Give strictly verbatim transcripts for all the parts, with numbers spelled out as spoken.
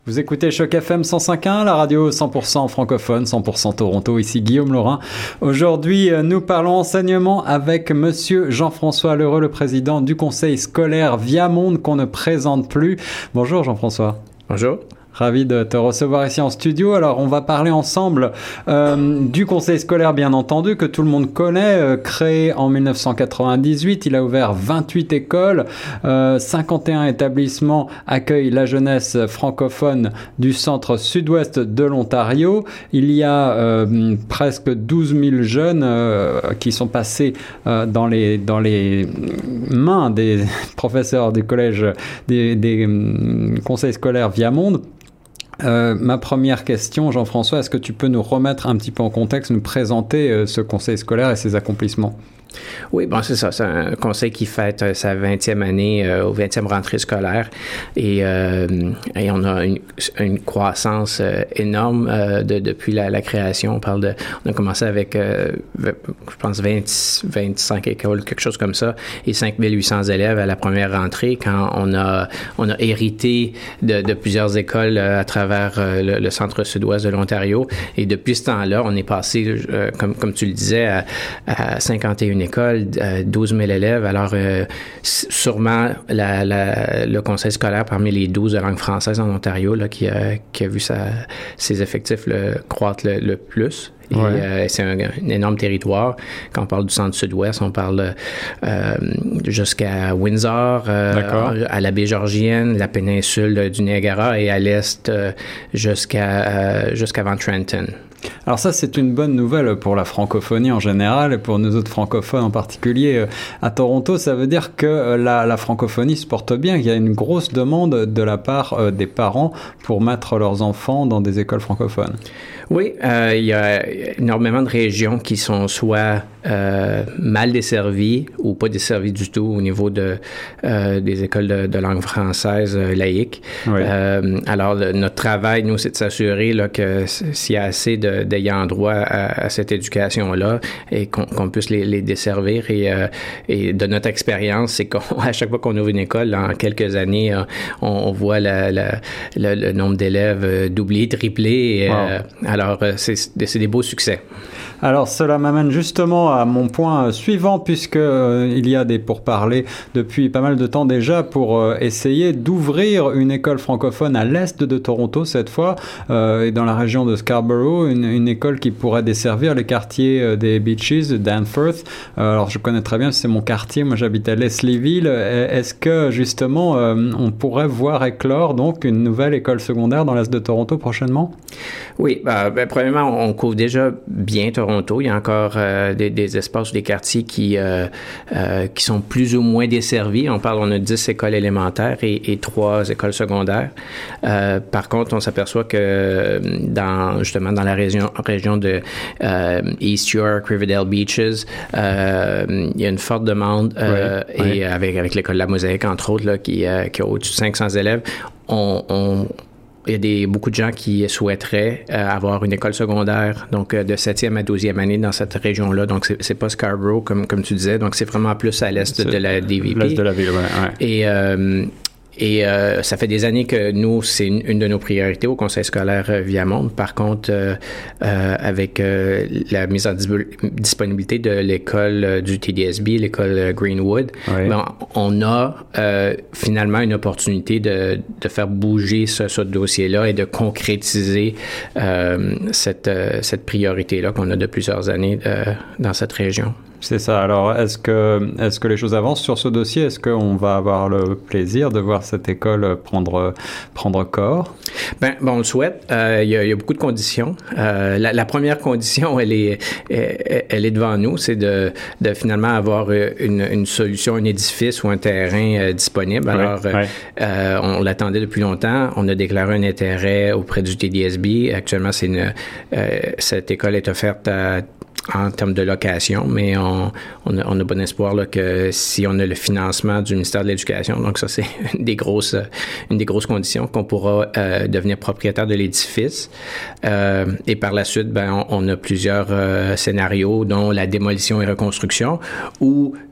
Vous écoutez Choc F M cent cinq point un, la radio cent pour cent francophone, cent pour cent Toronto, ici Guillaume Laurin. Aujourd'hui, nous parlons enseignement avec monsieur Jean-François Lheureux, le président du conseil scolaire Viamonde qu'on ne présente plus. Bonjour Jean-François. Bonjour. Ravi de te recevoir ici en studio. Alors, on va parler ensemble euh, du conseil scolaire, bien entendu, que tout le monde connaît. Euh, créé en dix-neuf cent quatre-vingt-dix-huit, il a ouvert vingt-huit écoles. Euh, cinquante et un établissements accueillent la jeunesse francophone du centre sud-ouest de l'Ontario. Il y a euh, presque douze mille jeunes euh, qui sont passés euh, dans, les, dans les mains des professeurs du collège des, des euh, conseils scolaires Viamonde. Euh, ma première question, Jean-François, est-ce que tu peux nous remettre un petit peu en contexte, nous présenter euh, ce conseil scolaire et ses accomplissements? Oui, bon, c'est ça. C'est un conseil qui fête euh, sa vingtième année euh, au vingtième rentrée scolaire et, euh, et on a une, une croissance euh, énorme euh, de, depuis la, la création. On parle de, on a commencé avec, euh, je pense, vingt, vingt-cinq écoles, quelque chose comme ça, et cinq mille huit cents élèves à la première rentrée quand on a, on a hérité de, de plusieurs écoles euh, à travers euh, le, le centre sud-ouest de l'Ontario. Et depuis ce temps-là, on est passé, euh, comme, comme tu le disais, à, à cinquante et une école, douze mille élèves. Alors, euh, sûrement la, la, le conseil scolaire parmi les douze de langue française en Ontario là, qui, a, qui a vu sa, ses effectifs le, croître le, le plus. Et ouais. euh, c'est un, un énorme territoire. Quand on parle du centre sud-ouest, on parle euh, jusqu'à Windsor, euh, à la baie Georgienne, la péninsule du Niagara et à l'est euh, jusqu'à, euh, jusqu'avant Trenton. Alors ça, c'est une bonne nouvelle pour la francophonie en général et pour nous autres francophones en particulier à Toronto. Ça veut dire que la, la francophonie se porte bien, qu'il y a une grosse demande de la part des parents pour mettre leurs enfants dans des écoles francophones. Oui, euh, il y a énormément de régions qui sont soit euh, mal desservies ou pas desservies du tout au niveau de, euh, des écoles de, de langue française euh, laïque. Oui. Euh, alors, le, notre travail, nous, c'est de s'assurer là, que s'il y a assez de, d'ayants droit à, à cette éducation-là et qu'on, qu'on puisse les, les desservir. Et, euh, et de notre expérience, c'est qu'à chaque fois qu'on ouvre une école, en quelques années, on, on voit la, la, le, le nombre d'élèves doubler, tripler. Et, wow. euh, Alors, c'est, c'est des beaux succès. Alors, cela m'amène justement à mon point suivant, puisque euh, il y a des pourparlers depuis pas mal de temps déjà pour euh, essayer d'ouvrir une école francophone à l'est de Toronto cette fois, euh, et dans la région de Scarborough, une, une école qui pourrait desservir les quartiers euh, des Beaches, de Danforth. Euh, alors, je connais très bien, c'est mon quartier, moi j'habite à Leslieville. Est-ce que justement, euh, on pourrait voir éclore donc une nouvelle école secondaire dans l'est de Toronto prochainement? Oui, ben, ben, premièrement, on couvre déjà bien Toronto. Il y a encore euh, des, des espaces ou des quartiers qui, euh, euh, qui sont plus ou moins desservis. On parle, on a dix écoles élémentaires et, et trois écoles secondaires. Euh, par contre, on s'aperçoit que dans, justement, dans la région, région de euh, East York, Riverdale Beaches, euh, il y a une forte demande euh, oui, et oui. Avec, avec l'école de la Mosaïque, entre autres, là, qui, euh, qui a au-dessus de cinq cents élèves, on, on il y a des, beaucoup de gens qui souhaiteraient euh, avoir une école secondaire, donc euh, de septième à douzième année dans cette région-là. Donc, c'est, c'est pas Scarborough, comme, comme tu disais. Donc, c'est vraiment plus à l'est c'est de la D V P. L'est de la ville, ouais. ouais. Et... Euh, Et euh, ça fait des années que nous, c'est une, une de nos priorités au conseil scolaire euh, Viamonde. Par contre, euh, euh, avec euh, la mise en dis- disponibilité de l'école euh, du T D S B, l'école euh, Greenwood, oui. ben, on a euh, finalement une opportunité de, de faire bouger ce, ce dossier-là et de concrétiser euh, cette, euh, cette priorité-là qu'on a de plusieurs années euh, dans cette région. C'est ça. Alors, est-ce que, est-ce que les choses avancent sur ce dossier? Est-ce qu'on va avoir le plaisir de voir cette école prendre, prendre corps? Ben, bon, on le souhaite. Euh, il y a, il y a beaucoup de conditions. Euh, la, la première condition, elle est, elle, elle est devant nous, c'est de, de finalement avoir une, une solution, un édifice ou un terrain euh, disponible. Alors, ouais, ouais. Euh, on l'attendait depuis longtemps. On a déclaré un intérêt auprès du T D S B. Actuellement, c'est une, euh, cette école est offerte à en termes de location, mais on, on, a, on a bon espoir là, que si on a le financement du ministère de l'Éducation, donc ça c'est une des grosses, une des grosses conditions, qu'on pourra euh, devenir propriétaire de l'édifice. Euh, et par la suite, ben, on, on a plusieurs euh, scénarios, dont la démolition et reconstruction, ou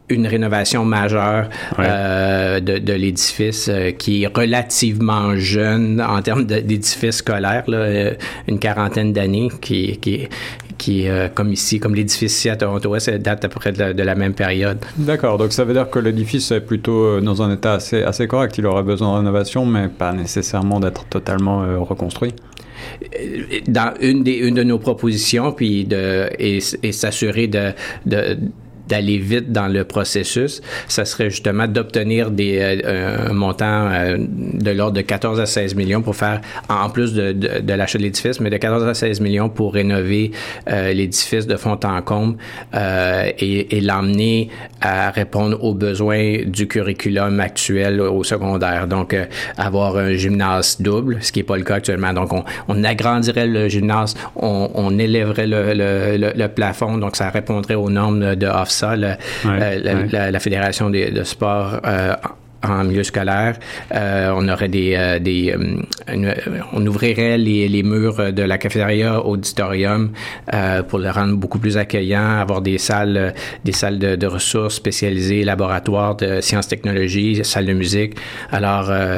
une rénovation majeure ouais. euh, de, de l'édifice euh, qui est relativement jeune en termes de, d'édifice scolaire, là, euh, une quarantaine d'années, qui, qui, qui euh, comme ici, comme l'édifice ici à Toronto, ça date à peu près de la, de la même période. D'accord, donc ça veut dire que l'édifice est plutôt dans un état assez, assez correct. Il aurait besoin de rénovation, mais pas nécessairement d'être totalement euh, reconstruit. Dans une, des, une de nos propositions, puis de, et, et s'assurer de, de d'aller vite dans le processus, ça serait justement d'obtenir des euh, un montant euh, de l'ordre de quatorze à seize millions pour faire, en plus de, de, de l'achat de l'édifice, mais de quatorze à seize millions pour rénover euh, l'édifice de fond en comble euh, et, et l'emmener à répondre aux besoins du curriculum actuel au secondaire. Donc, euh, avoir un gymnase double, ce qui n'est pas le cas actuellement. Donc, on, on agrandirait le gymnase, on, on élèverait le, le, le, le plafond, donc ça répondrait aux normes de O F S A, le, ouais, euh, la, ouais. la, la Fédération de, de sport euh, en milieu scolaire. Euh, on aurait des... Euh, des euh, une, on ouvrirait les, les murs de la cafétéria auditorium euh, pour le rendre beaucoup plus accueillant, avoir des salles, des salles de, de ressources spécialisées, laboratoires de sciences technologies, salles de musique. Alors... Euh,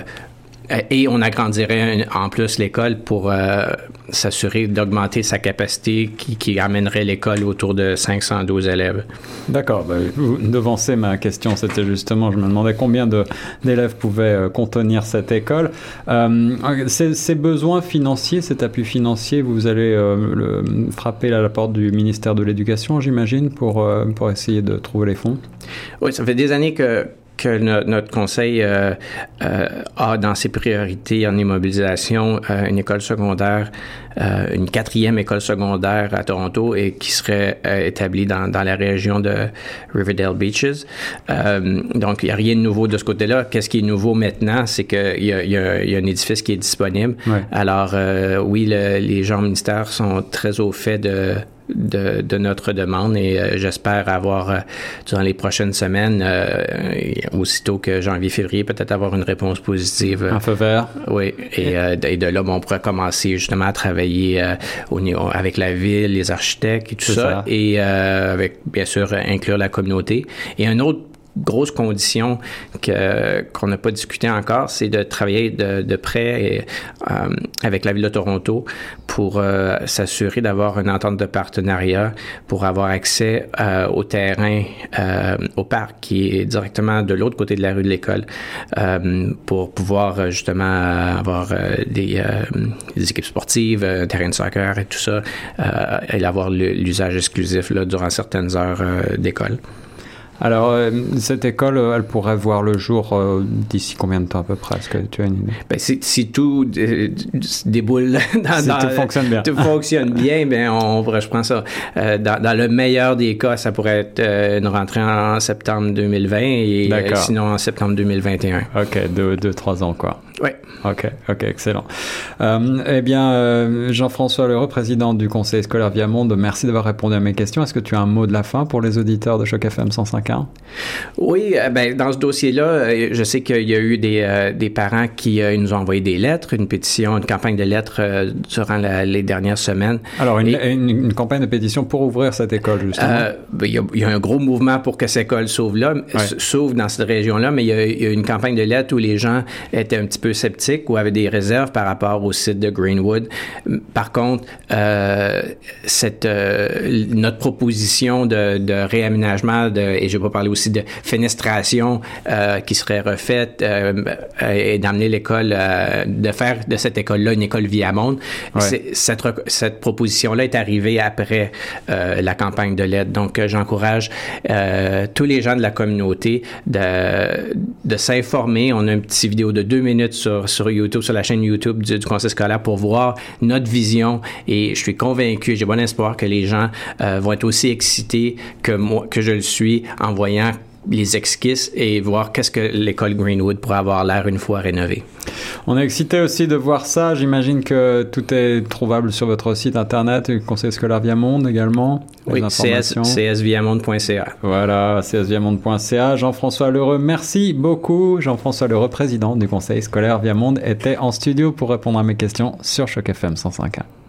et on agrandirait en plus l'école pour euh, s'assurer d'augmenter sa capacité qui, qui amènerait l'école autour de cinq cent douze élèves. D'accord. Ben, vous devancez ma question. C'était justement, je me demandais combien de, d'élèves pouvaient euh, contenir cette école. Euh, ces, ces besoins financiers, cet appui financier, vous allez euh, le, frapper à la porte du ministère de l'Éducation, j'imagine, pour, euh, pour essayer de trouver les fonds? Oui, ça fait des années que que no, notre conseil euh, euh, a dans ses priorités en immobilisation euh, une école secondaire, euh, une quatrième école secondaire à Toronto et qui serait euh, établie dans, dans la région de Riverdale Beaches. Euh, donc, il n'y a rien de nouveau de ce côté-là. Qu'est-ce qui est nouveau maintenant? C'est qu'il y a, il y a, il y a un édifice qui est disponible. Ouais. Alors, euh, oui, le, les gens au ministère sont très au fait de De, de notre demande et euh, j'espère avoir, euh, durant les prochaines semaines, euh, aussitôt que janvier-février, peut-être avoir une réponse positive. Un feu vert. Oui, et, euh, et de là, bon, on pourrait commencer justement à travailler euh, au niveau, avec la ville, les architectes et tout ça, ça, et euh, avec, bien sûr, inclure la communauté. Et un autre grosse condition que, qu'on n'a pas discuté encore, c'est de travailler de, de près et, euh, avec la Ville de Toronto pour euh, s'assurer d'avoir une entente de partenariat pour avoir accès euh, au terrain, euh, au parc qui est directement de l'autre côté de la rue de l'école euh, pour pouvoir justement avoir euh, des, euh, des équipes sportives, un terrain de soccer et tout ça, euh, et avoir l'usage exclusif là, durant certaines heures euh, d'école. Alors, euh, cette école, elle pourrait voir le jour euh, d'ici combien de temps à peu près? Est-ce que tu as une idée? Ben, si, si tout euh, déboule, dans, si dans, tout fonctionne bien, tout fonctionne bien, ben on pourrait, je prends ça. Euh, dans, dans le meilleur des cas, ça pourrait être euh, une rentrée en septembre deux mille vingt et euh, sinon en septembre deux mille vingt et un. Ok, deux, deux, trois ans quoi. Oui. Ok, ok, excellent. Euh, eh bien, euh, Jean-François L'Heureux, président du Conseil scolaire Viamonde, merci d'avoir répondu à mes questions. Est-ce que tu as un mot de la fin pour les auditeurs de Choc F M cent cinq point un? Oui, euh, ben, dans ce dossier-là, je sais qu'il y a eu des, euh, des parents qui euh, nous ont envoyé des lettres, une pétition, une campagne de lettres euh, durant la, les dernières semaines. Alors, une, Et, une, une campagne de pétition pour ouvrir cette école, justement? Euh, ben, il, y a, il y a un gros mouvement pour que cette école s'ouvre là, ouais. s'ouvre dans cette région-là, mais il y, a, il y a une campagne de lettres où les gens étaient un petit peu sceptiques ou avaient des réserves par rapport au site de Greenwood. Par contre, euh, cette, euh, notre proposition de, de réaménagement, de, et je vais pas parler aussi de fenestration euh, qui serait refaite euh, et d'amener l'école, euh, de faire de cette école-là une école Viamonde. Ouais. Cette, cette proposition-là est arrivée après euh, la campagne de l'aide. Donc, euh, j'encourage euh, tous les gens de la communauté de, de s'informer. On a une petite vidéo de deux minutes sur, sur YouTube, sur la chaîne YouTube du, du Conseil scolaire pour voir notre vision et je suis convaincu, j'ai bon espoir que les gens euh, vont être aussi excités que moi, que je le suis en voyant les esquisses et voir qu'est-ce que l'école Greenwood pourrait avoir l'air une fois rénovée. On est excité aussi de voir ça. J'imagine que tout est trouvable sur votre site internet, le Conseil scolaire Viamonde également. Oui, c s viamonde point c a. Voilà, c s viamonde point c a. Jean-François L'Heureux, merci beaucoup. Jean-François L'Heureux, président du Conseil scolaire Viamonde, était en studio pour répondre à mes questions sur Choc F M cent cinq point un.